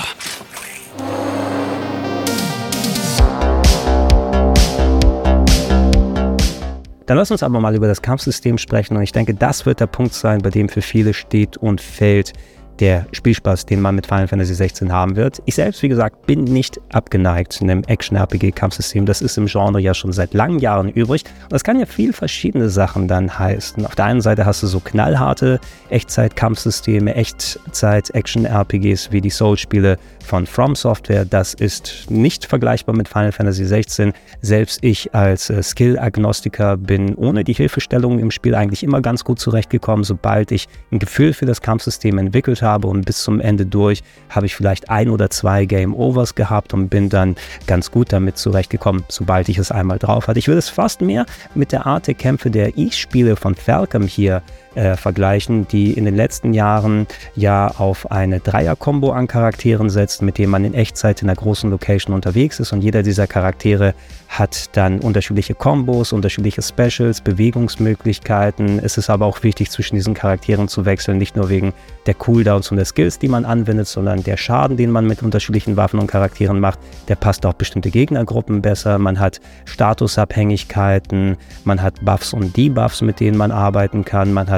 Dann lass uns aber mal über das Kampfsystem sprechen und ich denke, das wird der Punkt sein, bei dem für viele steht und fällt der Spielspaß, den man mit Final Fantasy 16 haben wird. Ich selbst, wie gesagt, bin nicht abgeneigt einem Action-RPG-Kampfsystem. Das ist im Genre ja schon seit langen Jahren übrig. Und das kann ja viel verschiedene Sachen dann heißen. Auf der einen Seite hast du so knallharte Echtzeit-Kampfsysteme, Echtzeit-Action-RPGs wie die Soul-Spiele von From Software. Das ist nicht vergleichbar mit Final Fantasy 16. Selbst ich als Skill-Agnostiker bin ohne die Hilfestellungen im Spiel eigentlich immer ganz gut zurechtgekommen. Sobald ich ein Gefühl für das Kampfsystem entwickelt habe und bis zum Ende durch, habe ich vielleicht 1 oder 2 Game Overs gehabt und bin dann ganz gut damit zurechtgekommen, sobald ich es einmal drauf hatte. Ich würde es fast mehr mit der Art der Kämpfe der Ich-Spiele von Falcom hier vergleichen, die in den letzten Jahren ja auf eine Dreier-Kombo an Charakteren setzt, mit dem man in Echtzeit in einer großen Location unterwegs ist und jeder dieser Charaktere hat dann unterschiedliche Kombos, unterschiedliche Specials, Bewegungsmöglichkeiten. Es ist aber auch wichtig, zwischen diesen Charakteren zu wechseln, nicht nur wegen der Cooldowns und der Skills, die man anwendet, sondern der Schaden, den man mit unterschiedlichen Waffen und Charakteren macht, der passt auf bestimmte Gegnergruppen besser. Man hat Statusabhängigkeiten, man hat Buffs und Debuffs, mit denen man arbeiten kann, man hat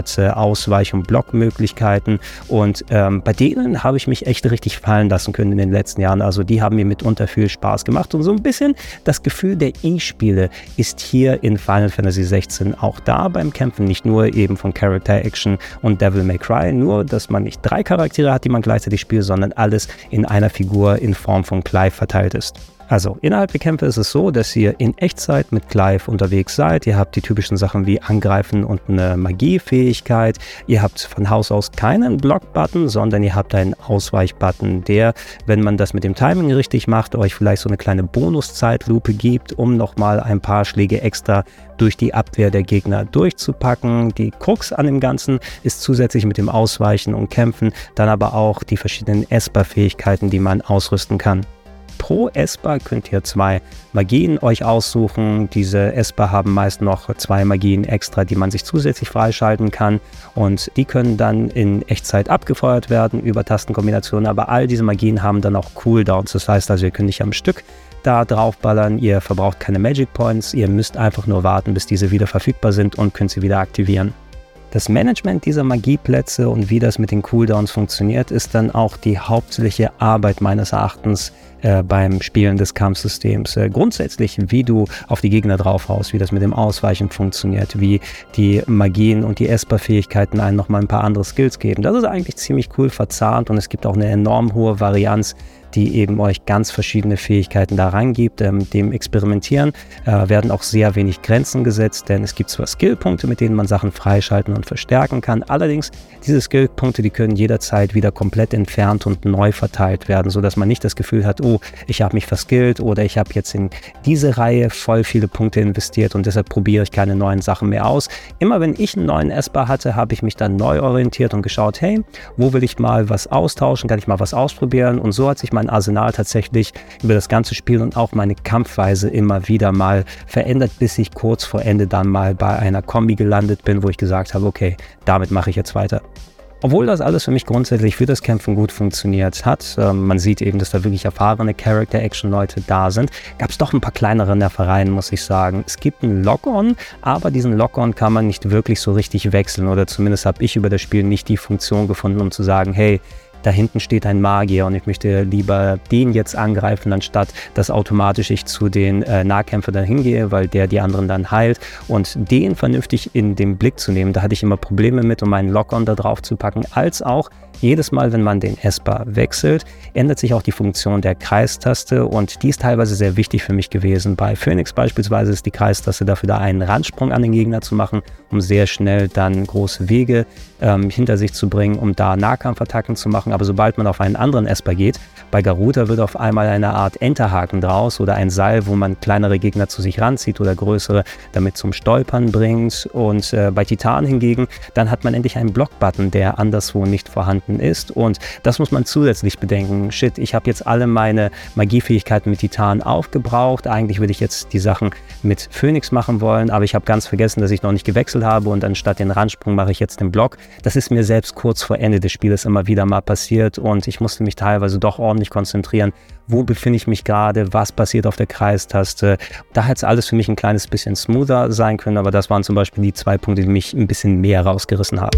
hat Ausweich- und Blockmöglichkeiten und bei denen habe ich mich echt richtig fallen lassen können in den letzten Jahren. Also die haben mir mitunter viel Spaß gemacht und so ein bisschen das Gefühl der E-Spiele ist hier in Final Fantasy 16 auch da beim Kämpfen, nicht nur eben von Character Action und Devil May Cry, nur dass man nicht 3 Charaktere hat, die man gleichzeitig spielt, sondern alles in einer Figur in Form von Clive verteilt ist. Also innerhalb der Kämpfe ist es so, dass ihr in Echtzeit mit Clive unterwegs seid. Ihr habt die typischen Sachen wie Angreifen und eine Magiefähigkeit. Ihr habt von Haus aus keinen Block-Button, sondern ihr habt einen Ausweich-Button, der, wenn man das mit dem Timing richtig macht, euch vielleicht so eine kleine Bonuszeitlupe gibt, um nochmal ein paar Schläge extra durch die Abwehr der Gegner durchzupacken. Die Krux an dem Ganzen ist zusätzlich mit dem Ausweichen und Kämpfen dann aber auch die verschiedenen Esper-Fähigkeiten, die man ausrüsten kann. Pro Esper könnt ihr 2 Magien euch aussuchen. Diese Esper haben meist noch 2 Magien extra, die man sich zusätzlich freischalten kann und die können dann in Echtzeit abgefeuert werden über Tastenkombinationen, aber all diese Magien haben dann auch Cooldowns. Das heißt also, ihr könnt nicht am Stück da draufballern, ihr verbraucht keine Magic Points, ihr müsst einfach nur warten, bis diese wieder verfügbar sind und könnt sie wieder aktivieren. Das Management dieser Magieplätze und wie das mit den Cooldowns funktioniert, ist dann auch die hauptsächliche Arbeit meines Erachtens beim Spielen des Kampfsystems. Grundsätzlich, wie du auf die Gegner draufhaust, wie das mit dem Ausweichen funktioniert, wie die Magien und die Esper-Fähigkeiten einen nochmal ein paar andere Skills geben. Das ist eigentlich ziemlich cool verzahnt und es gibt auch eine enorm hohe Varianz, die eben euch ganz verschiedene Fähigkeiten da reingibt. Dem Experimentieren werden auch sehr wenig Grenzen gesetzt, denn es gibt zwar Skillpunkte, mit denen man Sachen freischalten und verstärken kann, allerdings diese Skillpunkte, die können jederzeit wieder komplett entfernt und neu verteilt werden, sodass man nicht das Gefühl hat, oh, ich habe mich verskillt oder ich habe jetzt in diese Reihe voll viele Punkte investiert und deshalb probiere ich keine neuen Sachen mehr aus. Immer wenn ich einen neuen Esper hatte, habe ich mich dann neu orientiert und geschaut, hey, wo will ich mal was austauschen, kann ich mal was ausprobieren, und so hat sich mein Arsenal tatsächlich über das ganze Spiel und auch meine Kampfweise immer wieder mal verändert, bis ich kurz vor Ende dann mal bei einer Kombi gelandet bin, wo ich gesagt habe, okay, damit mache ich jetzt weiter. Obwohl das alles für mich grundsätzlich für das Kämpfen gut funktioniert hat, man sieht eben, dass da wirklich erfahrene Character-Action-Leute da sind, gab es doch ein paar kleinere Nervereien, muss ich sagen. Es gibt einen Lock-On, aber diesen Lock-On kann man nicht wirklich so richtig wechseln, oder zumindest habe ich über das Spiel nicht die Funktion gefunden, um zu sagen, hey, da hinten steht ein Magier und ich möchte lieber den jetzt angreifen, anstatt dass automatisch ich zu den Nahkämpfern dann hingehe, weil der die anderen dann heilt, und den vernünftig in den Blick zu nehmen. Da hatte ich immer Probleme mit, um einen Lock-On da drauf zu packen, als auch jedes Mal, wenn man den Esper wechselt, ändert sich auch die Funktion der Kreistaste und die ist teilweise sehr wichtig für mich gewesen. Bei Phoenix beispielsweise ist die Kreistaste dafür da, einen Randsprung an den Gegner zu machen, um sehr schnell dann große Wege hinter sich zu bringen, um da Nahkampfattacken zu machen. Aber sobald man auf einen anderen Esper geht, bei Garuda wird auf einmal eine Art Enterhaken draus oder ein Seil, wo man kleinere Gegner zu sich ranzieht oder größere damit zum Stolpern bringt. Und bei Titan hingegen, dann hat man endlich einen Block-Button, der anderswo nicht vorhanden ist. Und das muss man zusätzlich bedenken. Shit, ich habe jetzt alle meine Magiefähigkeiten mit Titan aufgebraucht. Eigentlich würde ich jetzt die Sachen mit Phoenix machen wollen, aber ich habe ganz vergessen, dass ich noch nicht gewechselt habe und anstatt den Randsprung mache ich jetzt den Block. Das ist mir selbst kurz vor Ende des Spieles immer wieder mal passiert und ich musste mich teilweise doch ordentlich konzentrieren. Wo befinde ich mich gerade? Was passiert auf der Kreistaste? Da hätte es alles für mich ein kleines bisschen smoother sein können, aber das waren zum Beispiel die 2 Punkte, die mich ein bisschen mehr rausgerissen haben.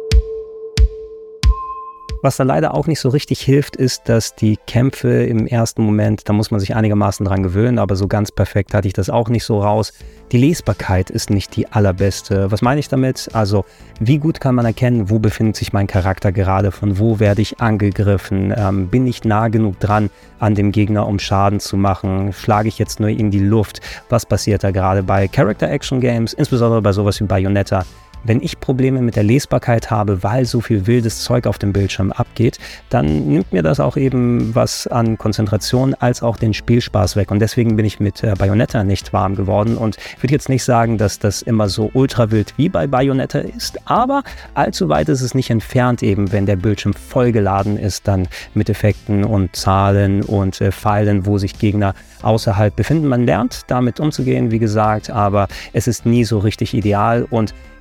Was da leider auch nicht so richtig hilft, ist, dass die Kämpfe im ersten Moment, da muss man sich einigermaßen dran gewöhnen, aber so ganz perfekt hatte ich das auch nicht so raus. Die Lesbarkeit ist nicht die allerbeste. Was meine ich damit? Also, wie gut kann man erkennen, wo befindet sich mein Charakter gerade, von wo werde ich angegriffen, bin ich nah genug dran an dem Gegner, um Schaden zu machen, schlage ich jetzt nur in die Luft, was passiert da gerade bei Character-Action-Games, insbesondere bei sowas wie Bayonetta. Wenn ich Probleme mit der Lesbarkeit habe, weil so viel wildes Zeug auf dem Bildschirm abgeht, dann nimmt mir das auch eben was an Konzentration als auch den Spielspaß weg. Und deswegen bin ich mit Bayonetta nicht warm geworden. Und ich würde jetzt nicht sagen, dass das immer so ultra wild wie bei Bayonetta ist, aber allzu weit ist es nicht entfernt eben, wenn der Bildschirm vollgeladen ist, dann mit Effekten und Zahlen und Pfeilen, wo sich Gegner außerhalb befinden. Man lernt damit umzugehen, wie gesagt, aber es ist nie so richtig ideal und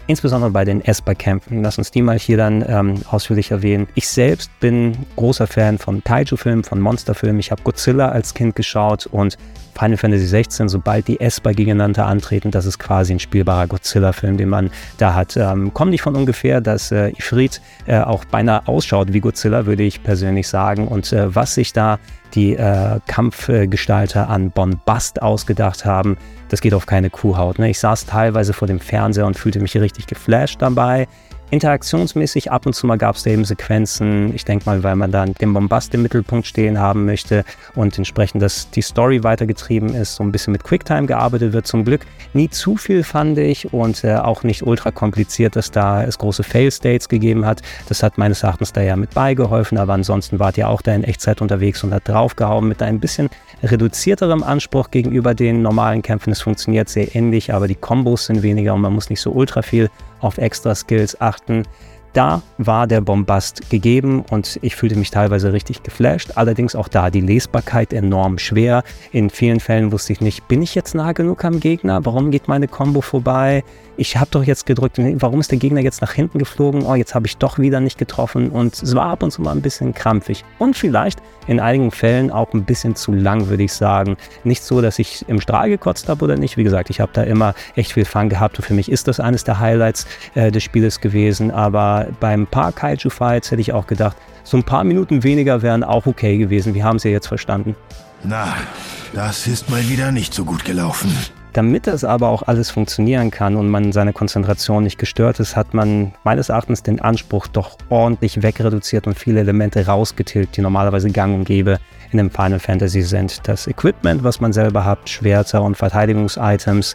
insbesondere bei den Esper-Kämpfen. Lass uns die mal hier dann ausführlich erwähnen. Ich selbst bin großer Fan von Kaiju-Filmen, von Monsterfilmen. Ich habe Godzilla als Kind geschaut und Final Fantasy 16, sobald die Esper gegeneinander antreten, das ist quasi ein spielbarer Godzilla-Film, den man da hat. Kommt nicht von ungefähr, dass Ifrit auch beinahe ausschaut wie Godzilla, würde ich persönlich sagen. Und was sich da die Kampfgestalter an Bombast ausgedacht haben, das geht auf keine Kuhhaut. Ne? Ich saß teilweise vor dem Fernseher und fühlte mich richtig geflasht dabei. Interaktionsmäßig ab und zu mal gab es da eben Sequenzen, ich denke mal, weil man dann den Bombast im Mittelpunkt stehen haben möchte und entsprechend, dass die Story weitergetrieben ist, so ein bisschen mit Quicktime gearbeitet wird, zum Glück nie zu viel, fand ich, und auch nicht ultra kompliziert, dass da es große Fail-States gegeben hat. Das hat meines Erachtens da ja mit beigeholfen, aber ansonsten wart ihr auch da in Echtzeit unterwegs und hat draufgehauen mit ein bisschen reduzierterem Anspruch gegenüber den normalen Kämpfen. Es funktioniert sehr ähnlich, aber die Kombos sind weniger und man muss nicht so ultra viel auf extra Skills achten. Da war der Bombast gegeben und ich fühlte mich teilweise richtig geflasht. Allerdings auch da die Lesbarkeit enorm schwer. In vielen Fällen wusste ich nicht, bin ich jetzt nah genug am Gegner? Warum geht meine Combo vorbei? Ich habe doch jetzt gedrückt, warum ist der Gegner jetzt nach hinten geflogen? Oh, jetzt habe ich doch wieder nicht getroffen und es war ab und zu mal ein bisschen krampfig. Und vielleicht in einigen Fällen auch ein bisschen zu lang, würde ich sagen. Nicht so, dass ich im Strahl gekotzt habe oder nicht. Wie gesagt, ich habe da immer echt viel Fun gehabt und für mich ist das eines der Highlights des Spieles gewesen. Aber beim paar Kaiju-Fights hätte ich auch gedacht, so ein paar Minuten weniger wären auch okay gewesen. Wir haben es ja jetzt verstanden. Na, das ist mal wieder nicht so gut gelaufen. Damit das aber auch alles funktionieren kann und man seine Konzentration nicht gestört ist, hat man meines Erachtens den Anspruch doch ordentlich wegreduziert und viele Elemente rausgetilgt, die normalerweise gang und gäbe in einem Final Fantasy sind. Das Equipment, was man selber hat, Schwerter und Verteidigungsitems,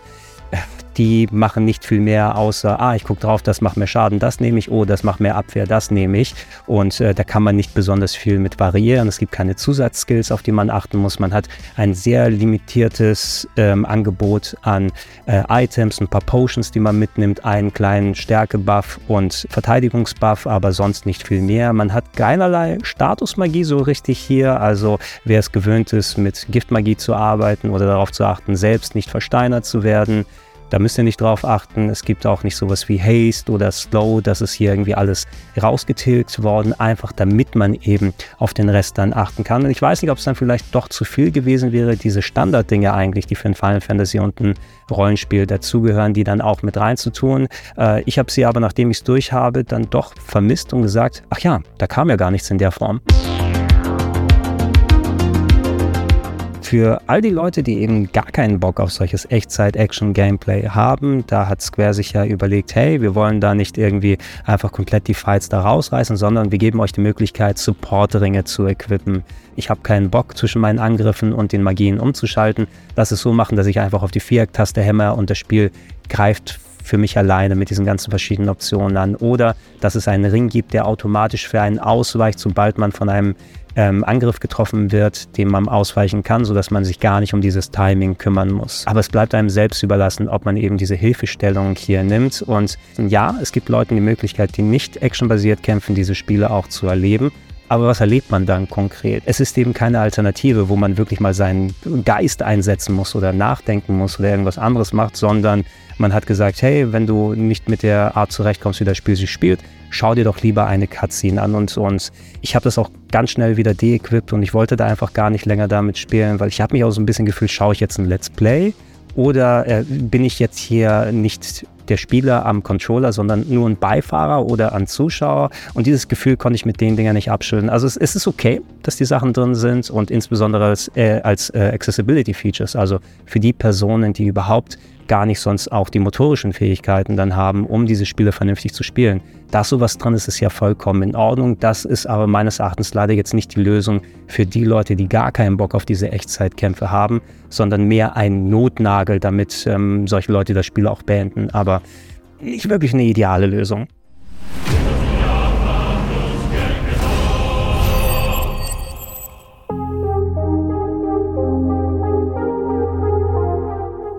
die machen nicht viel mehr, außer, ich gucke drauf, das macht mehr Schaden, das nehme ich, das macht mehr Abwehr, das nehme ich. Und da kann man nicht besonders viel mit variieren. Es gibt keine Zusatzskills, auf die man achten muss. Man hat ein sehr limitiertes Angebot an Items, ein paar Potions, die man mitnimmt, einen kleinen Stärke-Buff und Verteidigungsbuff, aber sonst nicht viel mehr. Man hat keinerlei Statusmagie so richtig hier, also wer es gewöhnt ist, mit Giftmagie zu arbeiten oder darauf zu achten, selbst nicht versteinert zu werden, da müsst ihr nicht drauf achten. Es gibt auch nicht sowas wie Haste oder Slow. Das ist hier irgendwie alles rausgetilgt worden, einfach damit man eben auf den Rest dann achten kann. Und ich weiß nicht, ob es dann vielleicht doch zu viel gewesen wäre, diese Standarddinge eigentlich, die für ein Final Fantasy und ein Rollenspiel dazugehören, die dann auch mit reinzutun. Ich habe sie aber, nachdem ich es durch habe, dann doch vermisst und gesagt, ach ja, da kam ja gar nichts in der Form. Für all die Leute, die eben gar keinen Bock auf solches Echtzeit-Action-Gameplay haben, da hat Square sich ja überlegt, hey, wir wollen da nicht irgendwie einfach komplett die Fights da rausreißen, sondern wir geben euch die Möglichkeit, Support-Ringe zu equippen. Ich habe keinen Bock, zwischen meinen Angriffen und den Magien umzuschalten. Lass es so machen, dass ich einfach auf die Viereck-Taste hämmer und das Spiel greift für mich alleine mit diesen ganzen verschiedenen Optionen an. Oder dass es einen Ring gibt, der automatisch für einen ausweicht, sobald man von einem Angriff getroffen wird, dem man ausweichen kann, sodass man sich gar nicht um dieses Timing kümmern muss. Aber es bleibt einem selbst überlassen, ob man eben diese Hilfestellung hier nimmt. Und ja, es gibt Leuten die Möglichkeit, die nicht actionbasiert kämpfen, diese Spiele auch zu erleben. Aber was erlebt man dann konkret? Es ist eben keine Alternative, wo man wirklich mal seinen Geist einsetzen muss oder nachdenken muss oder irgendwas anderes macht, sondern man hat gesagt, hey, wenn du nicht mit der Art zurechtkommst, wie das Spiel sich spielt, schau dir doch lieber eine Cutscene an. Und ich habe das auch ganz schnell wieder de-equipped und ich wollte da einfach gar nicht länger damit spielen, weil ich habe mich auch so ein bisschen gefühlt, schaue ich jetzt ein Let's Play oder bin ich jetzt hier nicht der Spieler am Controller, sondern nur ein Beifahrer oder ein Zuschauer, und dieses Gefühl konnte ich mit den Dingern nicht abschütteln. Also es ist okay, dass die Sachen drin sind und insbesondere als Accessibility Features, also für die Personen, die überhaupt gar nicht sonst auch die motorischen Fähigkeiten dann haben, um diese Spiele vernünftig zu spielen. Dass sowas drin ist, ist ja vollkommen in Ordnung. Das ist aber meines Erachtens leider jetzt nicht die Lösung für die Leute, die gar keinen Bock auf diese Echtzeitkämpfe haben, sondern mehr ein Notnagel, damit solche Leute das Spiel auch beenden. Aber nicht wirklich eine ideale Lösung.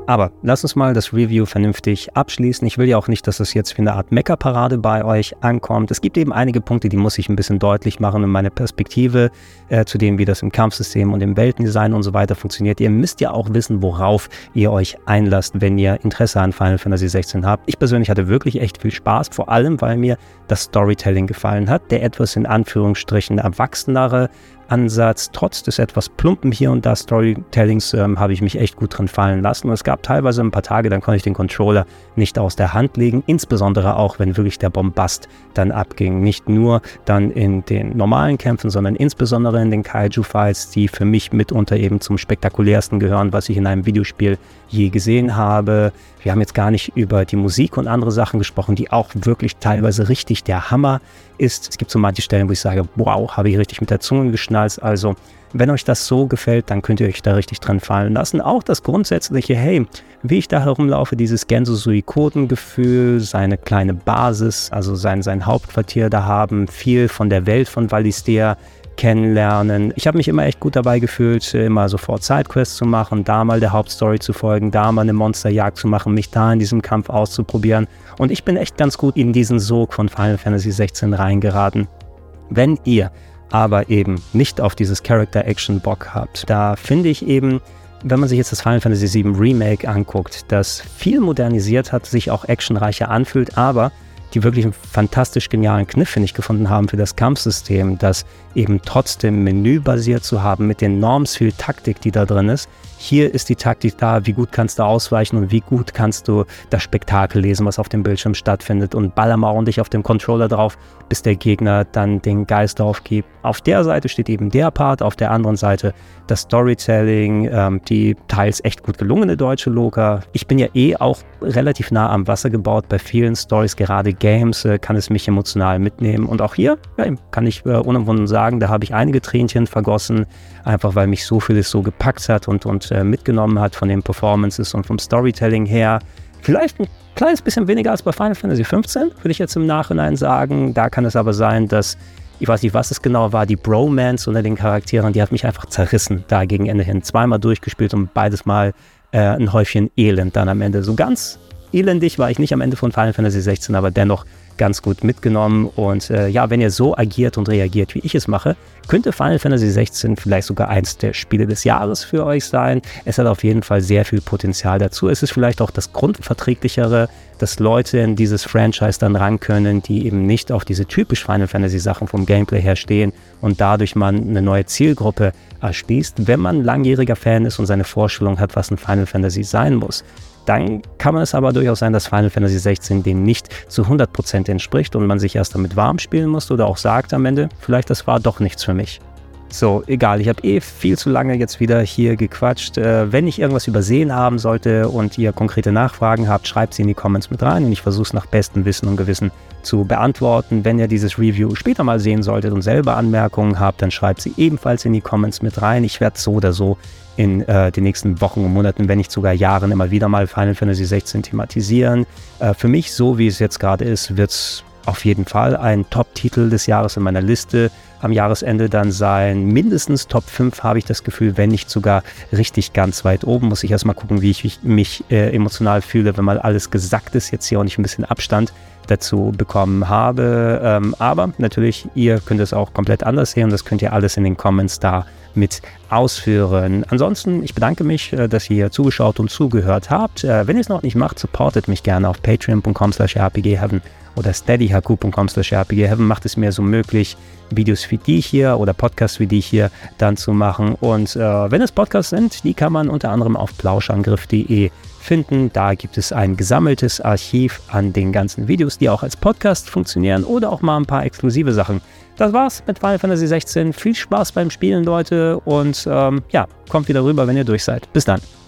Aber lass uns mal das Review vernünftig abschließen. Ich will ja auch nicht, dass es jetzt wie eine Art Meckerparade bei euch ankommt. Es gibt eben einige Punkte, die muss ich ein bisschen deutlich machen in meiner Perspektive zu dem, wie das im Kampfsystem und im Weltendesign und so weiter funktioniert. Ihr müsst ja auch wissen, worauf ihr euch einlasst, wenn ihr Interesse an Final Fantasy 16 habt. Ich persönlich hatte wirklich echt viel Spaß, vor allem, weil mir das Storytelling gefallen hat. Der etwas in Anführungsstrichen erwachsenere Ansatz, trotz des etwas plumpen hier und da Storytellings, habe ich mich echt gut dran fallen lassen. Und es gab teilweise ein paar Tage, dann konnte ich den Controller nicht aus der Hand legen, insbesondere auch, wenn wirklich der Bombast dann abging. Nicht nur dann in den normalen Kämpfen, sondern insbesondere in den Kaiju-Fights, die für mich mitunter eben zum spektakulärsten gehören, was ich in einem Videospiel je gesehen habe. Wir haben jetzt gar nicht über die Musik und andere Sachen gesprochen, die auch wirklich teilweise richtig der Hammer ist. Es gibt so manche Stellen, wo ich sage, wow, habe ich richtig mit der Zunge geschnallt. Also, wenn euch das so gefällt, dann könnt ihr euch da richtig dran fallen lassen. Auch das grundsätzliche, hey, wie ich da herumlaufe, dieses Genso Suikoden-Gefühl, seine kleine Basis, also sein Hauptquartier da haben, viel von der Welt von Valisthea kennenlernen. Ich habe mich immer echt gut dabei gefühlt, immer sofort Sidequests zu machen, da mal der Hauptstory zu folgen, da mal eine Monsterjagd zu machen, mich da in diesem Kampf auszuprobieren. Und ich bin echt ganz gut in diesen Sog von Final Fantasy 16 reingeraten. Wenn ihr aber eben nicht auf dieses Character-Action Bock habt, da finde ich eben, wenn man sich jetzt das Final Fantasy VII Remake anguckt, das viel modernisiert hat, sich auch actionreicher anfühlt, aber die wirklich einen fantastisch genialen Kniff, finde ich, gefunden haben für das Kampfsystem, das eben trotzdem menübasiert zu haben mit enorm viel Taktik, die da drin ist. Hier ist die Taktik da, wie gut kannst du ausweichen und wie gut kannst du das Spektakel lesen, was auf dem Bildschirm stattfindet, und baller mal ordentlich auf dem Controller drauf, bis der Gegner dann den Geist aufgibt. Auf der Seite steht eben der Part, auf der anderen Seite das Storytelling, die teils echt gut gelungene deutsche Loka. Ich bin ja auch relativ nah am Wasser gebaut bei vielen Stories, gerade Games, kann es mich emotional mitnehmen. Und auch hier kann ich unumwunden sagen, da habe ich einige Tränchen vergossen, einfach weil mich so vieles so gepackt hat und mitgenommen hat von den Performances und vom Storytelling her. Vielleicht ein kleines bisschen weniger als bei Final Fantasy 15, würde ich jetzt im Nachhinein sagen. Da kann es aber sein, dass, ich weiß nicht, was es genau war, die Bromance unter den Charakteren, die hat mich einfach zerrissen, da gegen Ende hin. Zweimal durchgespielt und beides Mal ein Häufchen Elend dann am Ende. So ganz elendig war ich nicht am Ende von Final Fantasy 16, aber dennoch ganz gut mitgenommen. Und wenn ihr so agiert und reagiert, wie ich es mache, könnte Final Fantasy 16 vielleicht sogar eins der Spiele des Jahres für euch sein. Es hat auf jeden Fall sehr viel Potenzial dazu. Es ist vielleicht auch das Grundverträglichere, dass Leute in dieses Franchise dann ran können, die eben nicht auf diese typisch Final Fantasy Sachen vom Gameplay her stehen und dadurch man eine neue Zielgruppe erschließt. Wenn man langjähriger Fan ist und seine Vorstellung hat, was ein Final Fantasy sein muss, dann kann es aber durchaus sein, dass Final Fantasy 16 dem nicht zu 100% entspricht und man sich erst damit warm spielen muss oder auch sagt am Ende, vielleicht das war doch nichts für mich. So, egal, ich habe viel zu lange jetzt wieder hier gequatscht. Wenn ich irgendwas übersehen haben sollte und ihr konkrete Nachfragen habt, schreibt sie in die Comments mit rein und ich versuche es nach bestem Wissen und Gewissen zu beantworten. Wenn ihr dieses Review später mal sehen solltet und selber Anmerkungen habt, dann schreibt sie ebenfalls in die Comments mit rein. Ich werde so oder so in den nächsten Wochen und Monaten, wenn nicht sogar Jahren, immer wieder mal Final Fantasy 16 thematisieren. Für mich, so wie es jetzt gerade ist, wird es auf jeden Fall ein Top-Titel des Jahres in meiner Liste am Jahresende dann sein. Mindestens Top 5 habe ich das Gefühl, wenn nicht sogar richtig ganz weit oben. Muss ich erstmal gucken, wie ich mich emotional fühle, wenn mal alles gesackt ist, jetzt hier auch nicht ein bisschen Abstand dazu bekommen habe. Aber natürlich, ihr könnt es auch komplett anders sehen und das könnt ihr alles in den Comments da mit ausführen. Ansonsten, ich bedanke mich, dass ihr hier zugeschaut und zugehört habt. Wenn ihr es noch nicht macht, supportet mich gerne auf patreon.com/rpgheaven oder steadyhq.com/rpgheaven. Macht es mir so möglich, Videos wie die hier oder Podcasts wie die hier dann zu machen. Und wenn es Podcasts sind, die kann man unter anderem auf plauschangriff.de finden. Da gibt es ein gesammeltes Archiv an den ganzen Videos, die auch als Podcast funktionieren oder auch mal ein paar exklusive Sachen. Das war's mit Final Fantasy 16. Viel Spaß beim Spielen, Leute, und kommt wieder rüber, wenn ihr durch seid. Bis dann.